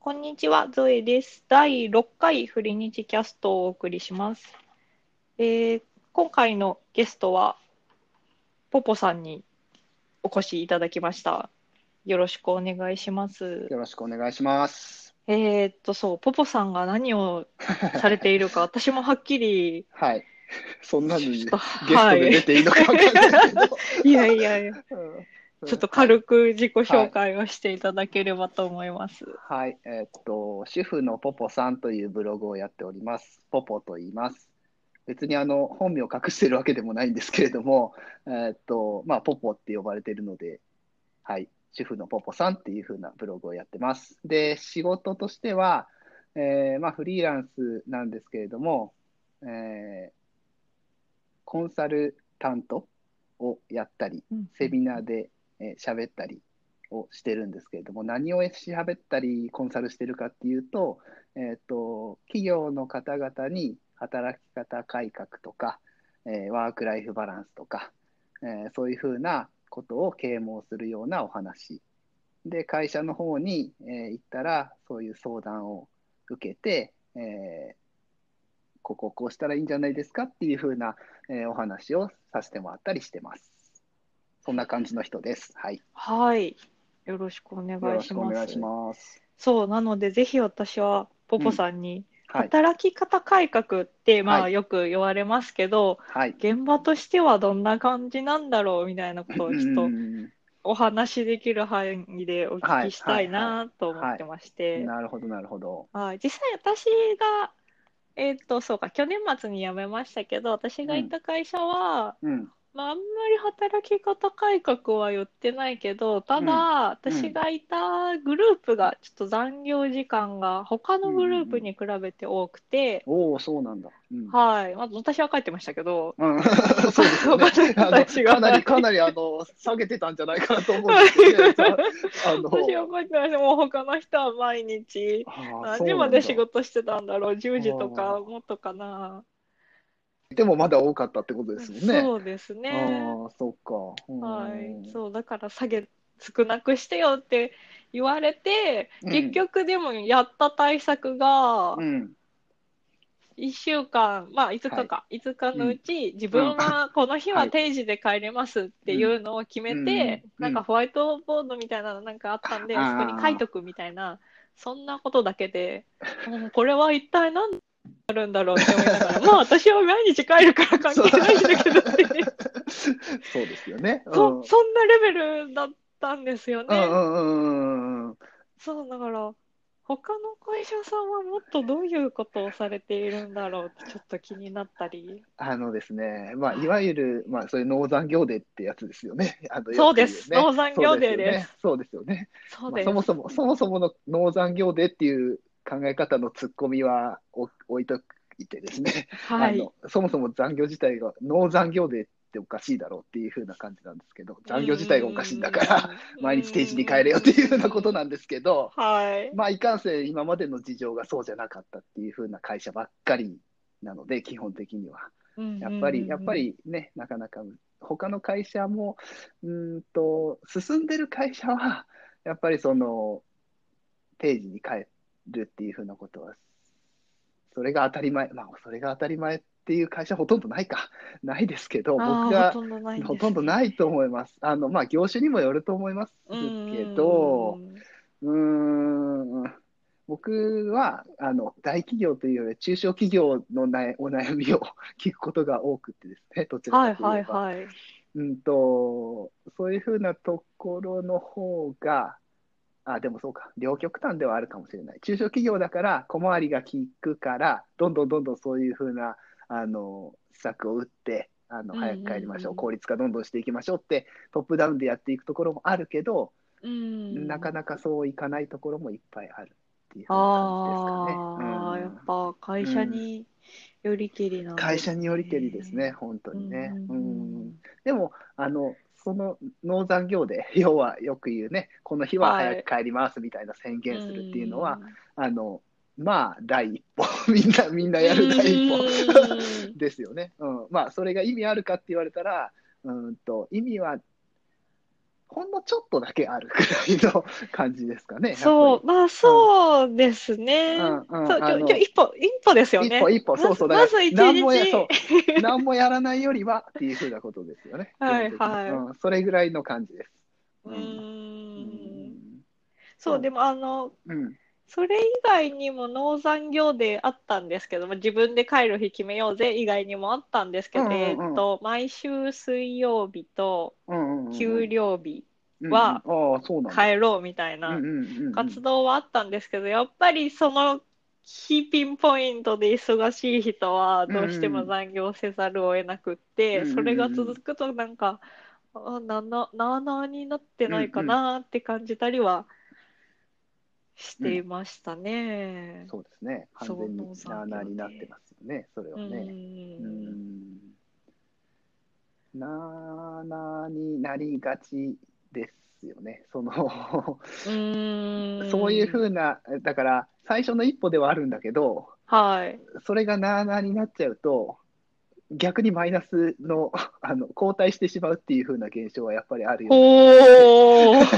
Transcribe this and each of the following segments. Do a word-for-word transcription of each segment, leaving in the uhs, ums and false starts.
こんにちは、ゾエです。だいろっかいフリニチキャストをお送りします。えー今回のゲストはポポさんにお越しいただきました。よろしくお願いします。 よろしくお願いします。 えーっと、そう、ポポさんが何をされているか、私もはっきり、 はい。そんなのにちょっと、 ゲストではい。 出ていいのかわかんないけど。 いやいやいや、 うんちょっとはい。 軽く自己はい。 紹介をしていただければと思います。 はい。えーっと、主婦のポポさんというブログをやっております。ポポと言います。別にあの、本名を隠してるわけでもないんですけれども、えーっと、まあ、ポポって呼ばれているので、はい。主婦のポポさんっていう風なブログをやってます。で、仕事としては、えーまあ、フリーランスなんですけれども、えーコンサルタントをやったり、 うんうセんミナーでえー喋ったりをしてるんですけれども、何を喋ったりコンサルしてるかっていうと、えっと、企業の方々に働き方改革とか、えーワークライフバランスとか、えーそういうふうなことを啓蒙するようなお話。で、会社の方に、えー行ったら、そういう相談を受けて、えーここをこうしたらいいんじゃないですかっていうふうな、えーお話をさせてもらったりしてます。そんな感じの人です。はい。 はい。よろしくおよ願いしろしくお願いします。 ます。 そう、なので、ぜひ私は、ポポうん。 さんに、 はい。 働き方改革って、まあ、 はい。 よく言われますけど、 はい。 現場としてはどんな感じなんだろうみたいなことを、 うちょっとん。 お話しできる範囲でお聞はい。 きしたはい。はい。 いなと思っはい。 てまして、 なるほど、なるほど。 はい、実際私が、えっと、そうか、去年末に辞めましたけど、私がいうん。 た会社は、 うん。 まあ、あんまり働き方改革は言ってないけど、ただ、 うん。うん。 私がいたグループがちょっと残業時間が他うん。うのグループん。 に比べて多くて、 おお、そうなんだ。うん。 はい。まあ、私は帰ってましたけど、 うん、 他、 そうですよね。 他の人あの、 たちが、 かなり、かはい。 なり、あの、下げてたんじゃないかなと思うんはい。 ですけどね。さ、あ私はの、 帰ってました。もう他の人は毎日、 ああ、 何時までそうなんだ。 仕事してたんだろう。じゅうじとか、 あもっとかな。 あ。でもまだ多かったってことですもんね。 そうですあね。 あ、そっか。うはい。 ーん。 そう、だから下げ、少なくしてよって言われて、結うん。 局でもやった対策が、 うん。 いっしゅうかん、まあ5日かはい。 か、いつかうん。 のうち自うん。 分はこの日ははい。 定時で帰れますっていうん。 うのを決めうん。 て、 うん。 なんかホワイトボードみたいなのなんかあったんで、そこに書いあとくみたいな、そんなことだけで、もうこれは一体何あるんだろうって思いながら、まあ私は毎日帰るからあ。そう。 関係ないんだけどってね、 そうですよね。うそ、 ん。うんそんなレベルだったんですようね。 んうんうん。 そう、だから、他の会社さんはもっとどういうことをされているんだろうってちょっと気になったり。 あのですね、まあ、いはい。 わゆる、まあ、そういう農残業デーってやつですよね。あの、よそうです。 く言うね。 農産そう業ですよね。 デーです。 そうですよね。まあ、そそうです。 もそも、そもそもの農残業デーっていう考え方のツッコミはお置いといてですね。 はい。 あの、そもそも残業自体が農残業デーっておかしいだろうっていう風な感じなんですけど、 うんうん残業自体がおかしいんだから、 うんうん。う毎日定時に帰れよっていう風なことーん。 なんですけど、 はい。 まあ、いかんせん今までの事情がそうじゃなかったっていう風な会社ばっかりなので、基本的には。 うんうんやっぱり、やっぱうんりね、なかなか、他の会社も、うーんと、進んでる会社は、やっぱりその、定時に帰るっていうふうなことは、それが当たり前、まあ、それが当たり前っていう会社ほとんどないか、ないですけど、 うん。ああ、ほ僕がとんどないんほとんですね。 どないと思います。あの、まあ、業種にもよると思いますうんけうんうど、 ん。 うーん、僕は、あの、大企業というより中小企業のなお悩みを聞くことが多くてですね、どちらかはいはといえば。 いはい。 うんと、そういうふうなところの方が、あ、でもそうか、両極端ではあるかもしれない。中小企業だから小回りが利くから、どんどんどんどんそういうふうな、あの、施策を打って、あの、 うん早く帰りましょう、 うん効率化どんどんしていきましょうって、トップダウンでやっていくところもあるけど、 うん。うん。 なかなかそういかないところもいっぱいあるっていうふうな感じですかね。うああ、やっん。 ぱ会うん。 社によりけりなん会です社によりけりですね。 ね、本当うんうにね。うん。 んでも、あの、その農残業で、要はよく言うね、この日うん。 は早くはい。 帰りますみたいな宣う言するっていうのは、 ん。 あの、まあ、第一歩、みんな、みんなうやる第一歩ん。 ですよね。うん。まあ、それが意味あるかって言われたら、うんと、意味はほんのちょっとだけあるくらいの感じですかね、やっぱそう、 り。 まあそうですね。 うんうんうそう、 ん、 ちょ、ちょ、 あの、 一歩、一歩ですよね。 一歩一歩、 まず、 そうそう、だから、 まず一何もや、 日。 そう、何もやらないよりはっていうふうなことですよね、基はい本的に。 はい。 うん、それぐらいの感じです。 ううん。うーん。 ん。でそう、 も、 でもあの、 うん。 それ以外にも農残業であったんですけども、自分で帰る日決めようぜ以外にもあったんですうけど、えっんうんうん。 と、毎週水曜日とうんうんうん給料日うん。うんはうん。ああ、そうなんだ。 帰ろうみたいなうんうんうんうん。 活動はあったんですけど、やっぱりその日ピンポイントで忙しい人はうんどうしてうんうん。 も残業せざるを得なくっうんて、それがうんうん続くとなんか、あ、な、な、なあなあになってうん。 ないかうんうん。 なって感じたりはしてうん。 いましたね。 そうですね。完そう、 全に農産なあなあになって業で。 ますよね、それうはね。うーん。 ん。なあなあになりがちですよね。そのうそういうーん。 ふうな、だから最初の一歩ではあるんだけど、 はい。 それがなあなあになっちゃうと、逆にマイナスの、あの後退してしまうっていうふうな現象はやっぱりあるような気がしてて。 ほー。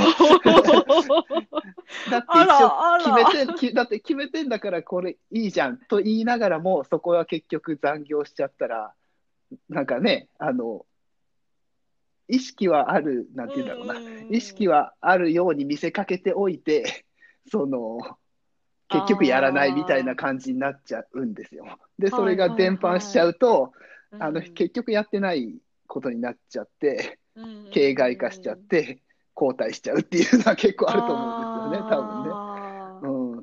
だってあ一応ら、あら。 決めて、きだって決めてんだからこれいいじゃんと言いながらも、そこは結局残業しちゃったら、なんかね、あの、意識はある、なんうて言うんだろうな、意識ん。 はあるように見せかけておいて、その、結局やらないみたいなあ感じになっちゃうんですよ。で、 あ、 それがはいはい伝播しちゃはい。 うと、 うあの、 ん。 結局やってないことになっちゃって、 うんうん形骸化しちゃっうん。 て、後退しちゃうっていうのは結構あると思うんですよね、多分ね。 ああ、 うん、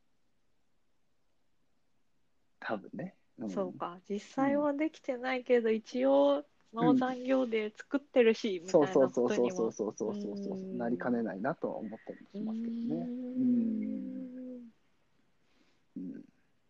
多分ね。うん。 そうか。実うん。 際はできてないけど、一応農うん。 残業で作ってるし、みそうたいなこそうそうとにも。 そうそうそううーそうそうそう、なりかねん。 ないなとは思ったりもうーしますけどね。うん。 ん。 うん。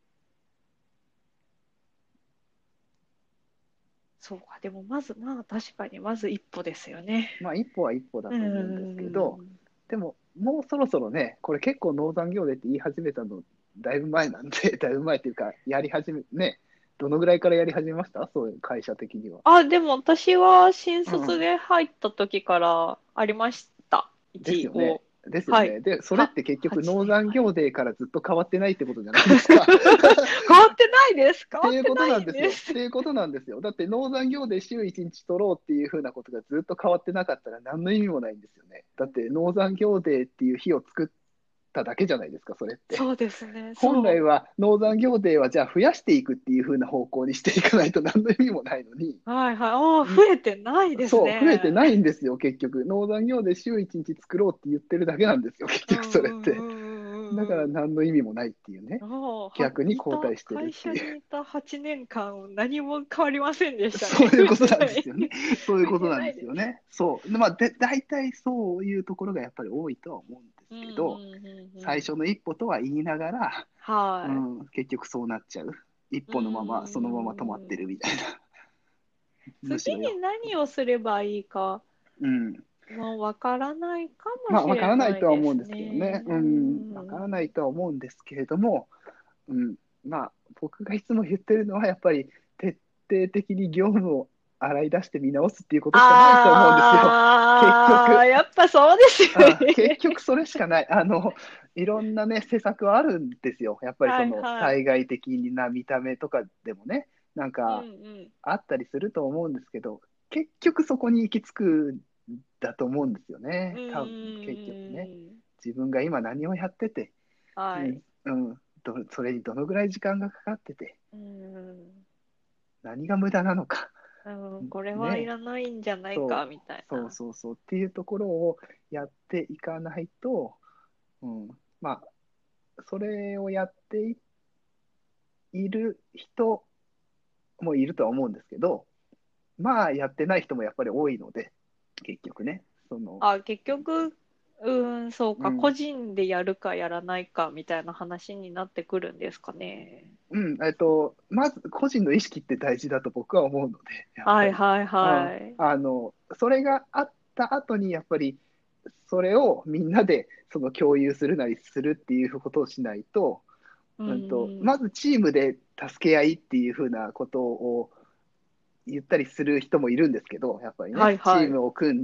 そうか。でも、まず、まあ、確かに、まず一歩ですよね。 まあ、一歩は一歩だうーと思うんですけど、 ん。 でも、もうそろそろね、これ結構農残業でって言い始めたの、だいぶ前なんで、だいぶ前っていうか、やり始め、ね、どのぐらいからやり始めましたそういう会社的には。 あ、でも私は新うん。 卒で入った時からありました。 ですよね。 一応。はい。 ですよね。で、それっは、 て結局、 8 農残年前。 業デーからずっと変わってないってことじゃないですか。 変わってないです。変わってっていうことなんですよ。っないんです。 ていうことなんですよ。だって農残業で週いちにち取ろうっていうふうなことがずっと変わってなかったら何の意味もないんですよね。だって農残業デーっていう日を作っただけじゃないですか、それって。 そうですね。そ本来は農残業デーはじゃあ増やしていくっていうふうな方向にしていかないと何の意味もないのに、 う。はいはい。おー、増えてないですそう、増えてね。 ないんですよ、結局。農残業で週いちにち作ろうって言ってるだけなんですよ、結う局それっんうんて。 うんだからうんうん何の意味もないっていうね。 うん。おー、は、 逆にいた、 後退してる会っていう。 社にいたはちねんかん、何も変わりませんでしたね。 そういう増えことなんてない。 ですよね。そういう増えことなんでてないです。 すよね。そう。でまあ、で、大体そういうところがやっぱり多いとは思うんでうんうすけど、 んうんうん。 最初の一歩とは言いながら、うはい。 ん、結局そうなっちゃう。一う歩のまま、そのまま止まってーん。 るみたいな。む次しろよ。 に何をすればいいかうん。 もうわからないかもまあ、 しれわからないないですとは思うんですけどね。 ね。 うん。わからないとは思うんですけれども、うん。まあ、僕がいつも言ってるのは、やっぱり徹底的に業務を洗い出して見直すっていうことしかないと思うんですよ。結ああ、 局。 やっぱそうですよあ、結ね。 局それしかない。あの、いろんなね、施策はあるんですよ。やっぱりそはいのはい。 対外的な見た目とかでもね、なんうんかうん。 あったりすると思うんですけど、結局そこに行き着くんだと思うんですようね。多分、結局ね。 ーん。 自分が今何をやってて、うん、 はい。 うん、どそれにどのぐらい時間がかかってて、 うーん。 何が無駄なのか。 うん、これはいね。 らないんじゃないか、 そう、 みたいそうな。 そうそうっていうところをやっていかないと、うん、まあ、それをやっている人もいるとは思うんですけど、まあ、やってない人もやっぱり多いので、結局ね、その、 あ、結局、うーん、そうか、個うん、 人でやるかやらないかみたいな話になってくるんですかね。 うん、えっと、まず個人の意識って大事だと僕は思うので、やっぱり。 はいはいうん、 はい。 あの、それがあった後に、やっぱり、それをみんなでその共有するなりするっていうことをしないと、 ううんと、 んうん。 まずチームで助け合いっていうふうなことを言ったりする人もいるんですけど、やっぱりね、チはいはい。 ームを組んで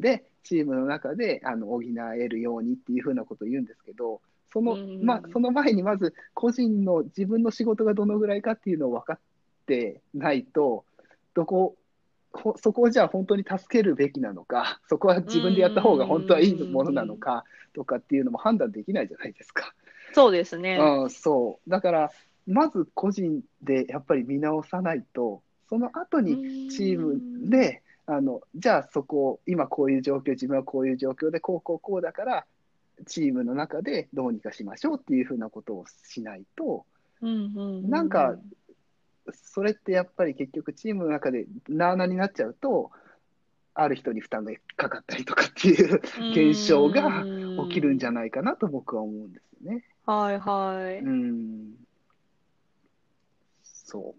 チームの中であの補えるようにっていうふうなことを言うんですけど、その、 うんま、その前にまず個人の自分の仕事がどのぐらいかっていうのを分かってないと、どこ、ほそこをじゃあ本当に助けるべきなのか、そこはう自分でやった方が本当はいいものなのん。 かとかっていうのも判断できないじゃないですか。 そうですね。 うん、そう。だから、まず個人でやっぱり見直さないと、その後うにチームん。 で、あの、じゃあそこ、今こういう状況、自分はこういう状況で、こうこうこうだから、チームの中でどうにかしましょうっていうふうなことをしないと、 うんうんうなんか、 んうん。 それってやっぱり結局チームの中でなあなあになっちゃうと、ある人に負担がかかったりとかっていうう現象が起きるんじゃーん。 ないかなと僕は思うんですよね。 はいはうい。 ん、そ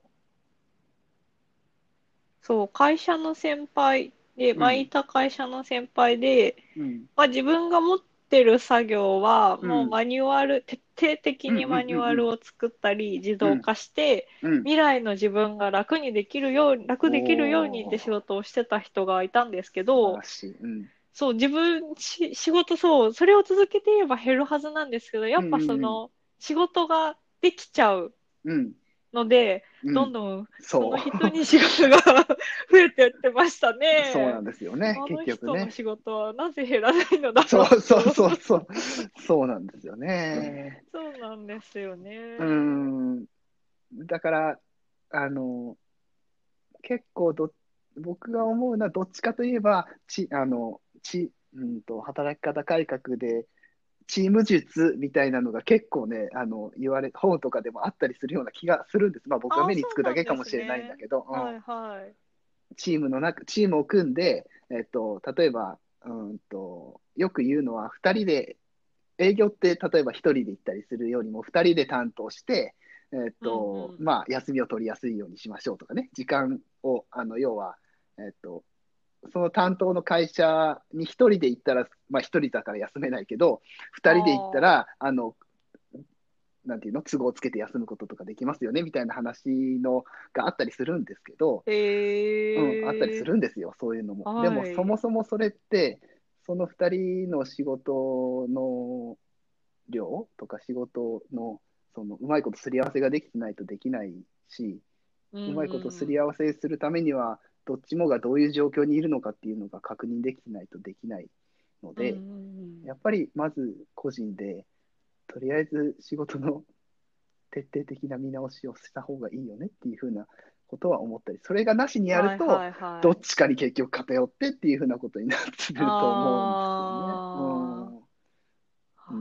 そう、会社の先輩で、 う。うん、 前いた会社の先輩で、 うん、 まあ、自分が持ってる作業は、 うん、 もうマニュアル、徹底的うん、うん、 にマニュアうん、 ルを作ったり、自動うん、 化して、 うん。 未来の自分が楽にできるよう、楽できるようにって仕おー、 事をしてた人がいたんですけ素晴ど、 らしい。うん、 そう、自分、し、仕事、そう、それを続けていれば減るはずなんですけど、やうん、 っぱうん、 その、仕事ができちゃううん、 ので、 うん。 どんどんそその人に仕事が増えてってましたう。そうなね。 んですよね、 あの結局ね。 人の仕事はなぜ減らないのだろそうそううと。 そうそう。そうなんですよね。 そうなんですようね。 ん。だから、あの、結構ど、僕が思うのは、どっちかといえば、ち、あの、ち、うんと、働き方改革で、チーム術みたいなのが結構ね、あの、言われ、本とかでもあったりするような気がするんです。まあ僕がああ、 目につくだけそうなんでかもしれないんだすね。 けど、うん。 はいはい。 チームの中、チームを組んで、えっと、例えば、うんと、よく言うのは、ふたりで、営業って例えばひとりで行ったりするよりも、ふたりで担当して、えっうんと、 うん。 まあ、休みを取りやすいようにしましょうとかね、時間を、あの、要は、えっと、その担当の会社にひとりで行ったら、まあ、ひとりだから休めないけど、 あふたりで行ったあ。 ら、あの、なんていうの、都合をつけて休むこととかできますよねみたいな話のがあったりするんですけど、うん、あったりへえ。 するんですよ、そういうのも。でも、そはい。 もそもそれって、そのふたりの仕事の量とか仕事の、そのうまいことすり合わせができてないとできないし、 うんうまいことうんうん。 すり合わせするためには、どっちもがどういう状況にいるのかっていうのが確認できてないとできないのうんうで、 んやっぱりまず個人で、とりあえず仕事の徹底的な見直しをした方がいいよねっていうふうなことは思ったり、それがなしにうん。 やると、 はいはいはい。 どっちかに結局偏ってっていうふうなことになってくると思うんですよね。うあん、うん、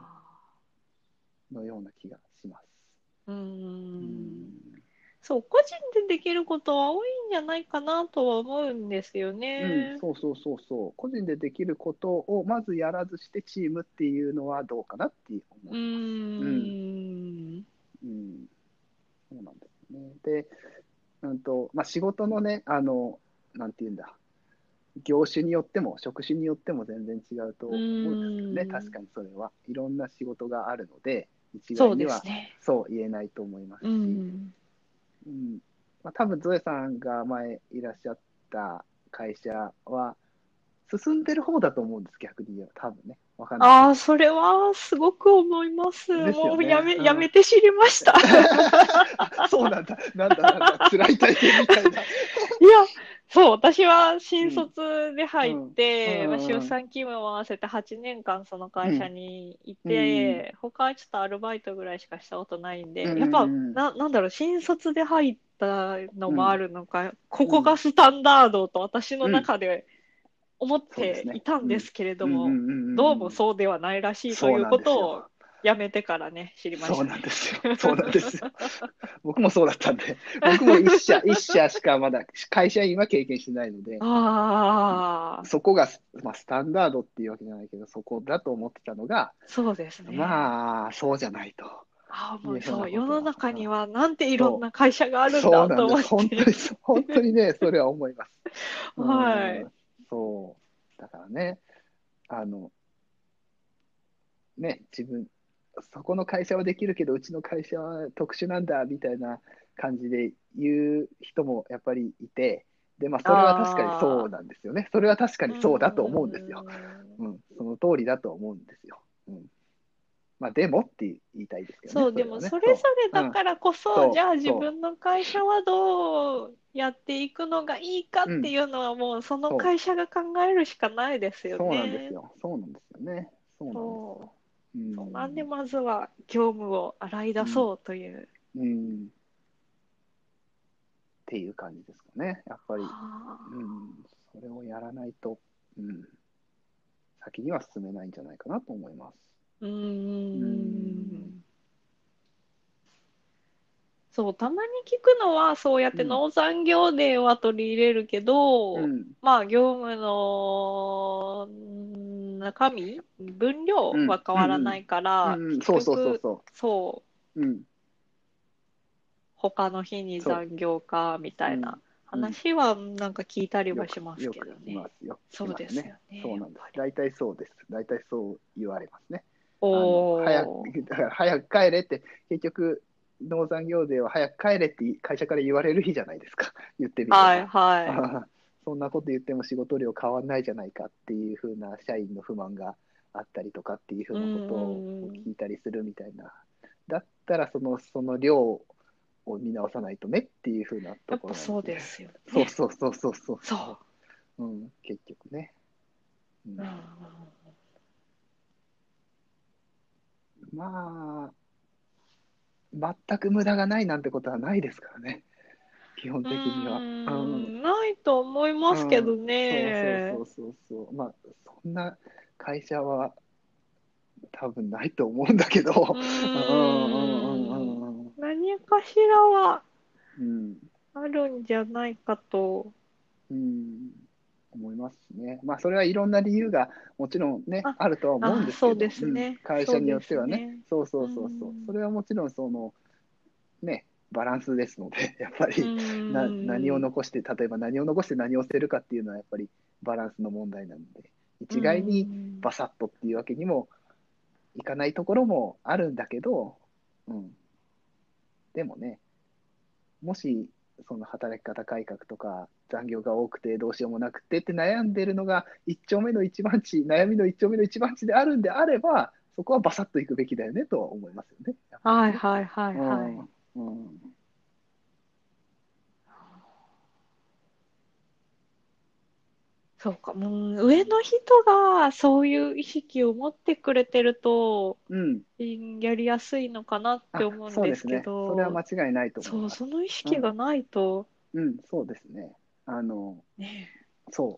あ。 のような気がします。 うーうん。 ん、 そう、個人でできることは多いんじゃないかなとは思うんですようん、 ね。 そうそうそうそう。個人でできることをまずやらずしてチームっていうのはどうかなってうー思います。うん、 ん。 うん、そうなんですね。で、うんと、まあ、仕事のね、あの、なんていうんだ、業種によっても、職種によっても全然違うとう思うんですけどね、 ーん。 確かにそれは。いろんな仕事があるので、一そう概にはですね。 そう言えないと思いますうし、 ん。 うん、まあ、多分ゾエさんが前いらっしゃった会社は、進んでる方だと思うんです、逆に言えば。多分ね。わかんないけああ、 ど。 それはすごく思います。 ですよね。 もうやめ、 うん。 やめて知りました。 あ、そうなんだ。なんだなんだ。辛い体験みたいな。 いや、そう、私は新うん。 卒で入っうん。うて、まあ、出ん。うん。 産勤務も合わせてはちねんかんその会社うん。 にいうん。 て、他はちょっとアルバイトぐらいしかしたことないんうで、やっぱ、 ん。 な、なんだろう、新卒で入ったのもあうん。 るのか、こうん。 こがスタンダードと私のうん。 中で思っそうですね。 ていたんうん。 ですけれうん。うん。 ども、 うん。 どううん。 もそうではないらしいというそうなんですことをよ。 辞めてからね、知りまそうしたね。 なんですよ。そうなんですよ。僕もそうだったんで、僕も一社、一社しかまだ会社員は経験してないので、 ああ、 そこが、まあ、スタンダードっていうわけじゃないけど、そこだと思ってたのが、 そうですね。 まあ、そうじゃないとああ、もういうふうそう、世のなことは、 中うん、 にはなんていろんそな会社があう、 るんだとそうなんです。 思って。 本当に、本当にね、それは思います。うはい。 ん、そう。だからね、あの、ね、自分、そこの会社はできるけど、うちの会社は特殊なんだみたいな感じで言う人もやっぱりいて、 で、まあ、それは確かにそうああ、 なんですよね。それは確かうにそうだと思うんですよ。 ん。 うん、その通りだと思うんですよ。うん、まあ、でもって言いたいですけどね、 そう、 それはね。 でもそれぞそれう。うん。 だからこそ、じそう、 ゃあ自そ分の会社はどうやっていくのがいいかう。うん。 っていうのはもうそのそう。 会社が考えるしかないですよそうなんですね。 よ。そうなんですよね。そうなんですよ。 そう。 うそうなんでん。 まずは業務を洗いうん。 出そうという。 うん。っていう感じですかね。やっぱり、 はうん。それをやらないと、うん。先には進めないんじゃないかなと思います。 あ、うーうん。 ん。そう、たまに聞くのは、そうやってうん。 農産業デーは取り入れるけど、 うん。 まあ、業務のうん中身、分量うん。 は変うん。 わらないから、 うん。 結そうそうそう局、 そそう、 う。うん。 他の日にそ残業か、みたう。うん。 いなうん。 話はなんか聞いたりはよく、 しますよく聞きけどね。 ます。よく聞きそうですますね。 よね、やっそうなんです。 ぱり。 大体そうです。大体そう言われますね。あの、早く、 おー、 だから早く帰れって、結局、農産業税は早く帰れって会社から言われる日じゃないですか。言ってみれはいば。 はい。 あそんなこと言っても仕事量変わんないじゃないかっていう風な社員の不満があったりとかっていう風うんなことをうんうん。 聞いたりするみたいな。だったらその、その量を見直さないとねっていう風なとやっぱころなので。 そうですよそうね。 そうそうそうそうそそう。うん、結局ね。うう。うんん、 うん。 まあ、全く無駄がないなんてことはないですからね。基本うー的には。うん、 ん、ないと思いまうん、 すけどそうそうそね。 うそうそう。まあ、そんな会社は多分ないと思うんだけど。 ううんうんうーん、 んうんうん。 何かしらはうん、 あるんじゃないかと。 うん、思いますしね。まあ、それはいろんな理由がもちろんね、 あ、 あるとは思うんあ、そうでですけど、うん、 すね。 会社によそうでってはね。 すね。 そうそううそうそう。そん、 れはもちろんその、ね、バランスですので、やっぱうりな何をん、 残して、例えば何を残して何を捨てるかっていうのはやっぱりバランスの問題なので、 う一概にん。 バサッとっていうわけにもいかないところもあるんだけど、うん、でもね、もしその働き方改革とか残業が多くてどうしようもなくてって悩んでるのが一丁目の一番地、悩みの一丁目の一番地であるんであれば、そこはバサッといくべきだよねとは思いますよね、やっぱりね。 はいはいはいうはい。 んうんそうか、もう上の人がそういう意識を持ってくれてると、 うん、 うんやりやすいのかなってあ、 思うんですけそうですね。それは間ど、 違いないと思いそう、 ます。 その意うん、 識がないと、 うん、そうですね。あの、 ね。 そう。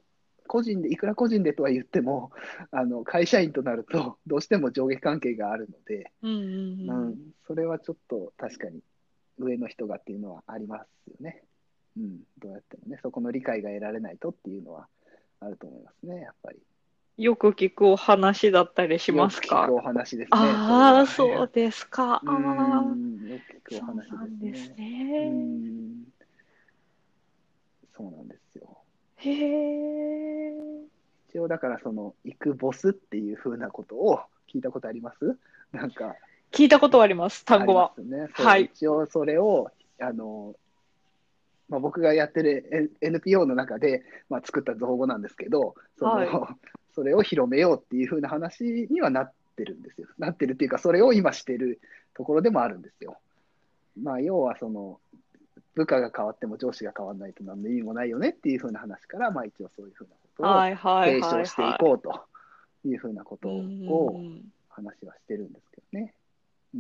個人で、いくら個人でとは言っても、あの、会社員となると、どうしても上下関係があるので、 うんうんううん。 ん、それはちょっと確かに上の人がっていうのはありますよね。うん、どうやってもね、そこの理解が得られないとっていうのはあると思いますね、やっぱり。 よく聞くお話だったりしよますか？ く聞くお話ですね、それああ、 は。 そうですか。 うああ、 ん、よく聞くおそう話なんですですね。うね。 ん、そうなんですよ。 へえ。 一応だからその、行くボスっていう風なことを聞いたことあります？なんか、 聞いたことはあります、単ありま語は。 すね。そう、 はい。 一応それを、あの、まあ、僕がやってる エヌピーオー の中で、まあ、作った造語なんですけど、その、 はい。 それを広めようっていう風な話にはなってるんですよ。なってるっていうか、それを今してるところでもあるんですよ。まあ、要はその、部下が変わっても上司が変わらないと何の意味もないよねっていう風な話から、まあ一応そういう風なことをはいはい提はい唱していはい。 こうという風なこうんうとをん話はしてるんですけどね。うん。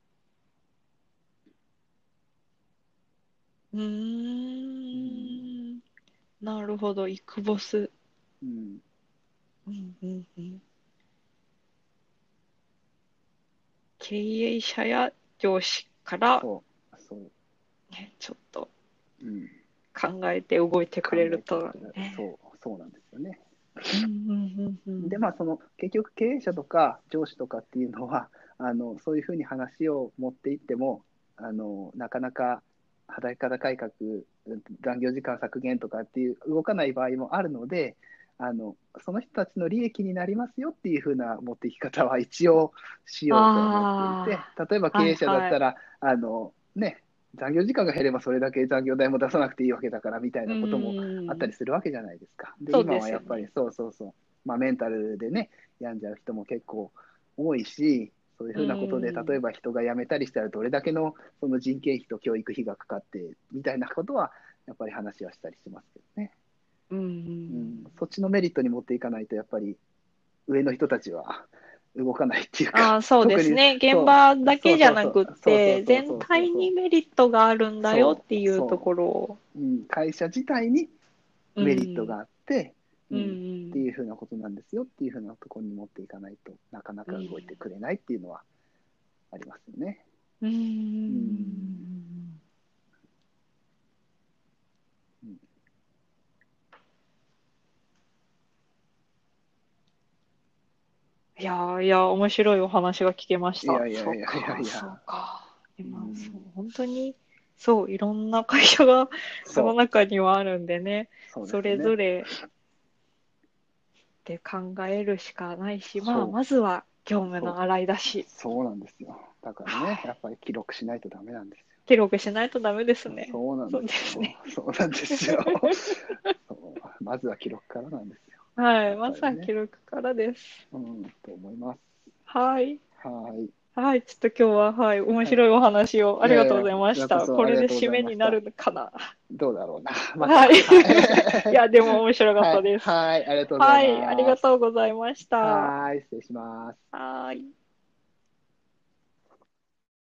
うん。ううん。 ーん。なるほど、イクボス。 うん。 うんうんうん。経営者や上司から、 そう、そう。 ね、ちょっとうん。 考えて動いてく考れるとえてくれる。 ね。 そう、そうなんですよね。 うんうんうんうで、 ん。 まあ、その結局経営者とか上司とかっていうのは、あのそういうふうに話を持っていっても、あのなかなか働き方改革、残業時間削減とかっていう動かない場合もあるので、あのその人たちの利益になりますよっていうふうな持っていき方は一応しようとは思っていて、 ああ、 例えば経営者だっはいはい。 たら、あのね、 残業時間が減ればそれだけ残業代も出さなくていいわけだからみたいなこともうんあったりするわけじゃないですか。で、今そうですよね。 はやっぱりそうそうそう、まあ、メンタルでね、病んじゃう人も結構多いし、そういうふうなことで、 うん例えば人が辞めたりしたら、どれだけのその人件費と教育費がかかってみたいなことは、やっぱり話はしたりしますけどね。 うんううん、 んそっちのメリットに持っていかないと、やっぱり上の人たちは動かないっていうか、 ああ、そうで特にすね。現そう場だそうそうそうけじゃなくっそうそうて、全そうそうそう体にそうメリットがあるんだよってそういうとそころを。 う、うん、会社自体にうメリットん。 があって、ううんん、ってうんいうふうなことなんですよっていうふうなところに持っていかないとなかなか動いてくれないっていうのはありますよね。 うん。ううん、 ん。 うん、 いやーいやー、面白いお話が聞けましいた。 やいやいやいやそうか、そういや、 か。 う今、そう、 ん、 本当に、そう、いろんな会社が世のそう、 中にはあるんでね、 そうでそれぞすよね。 れで考えるしかないし、まあ、 そう、 まずは業務そう、 の洗い出し。 そうなんですよ。だからね、やっぱり記録しないとダメなんですよ。 記録しないとダメですね。 そうなんそうですよ。 ですね。 そうなんですよ。そうまずは記録からなんですよ。 はい。 やっまずは記ぱりね。 録からです。 うん、と思います。 はい。 はい。 はい。ちょっと今日は、はい。面はい。 白いお話をあいやいや、 りがとうございこちらこました。これでそありがとうご締めになざいました。 るかな。 どうだろうな。また。 はい。いはい。 や、でも面白かっはい。 たです。 はい。ありがとうございはい。あります。 がとうございました。 はい。失礼します。 はい。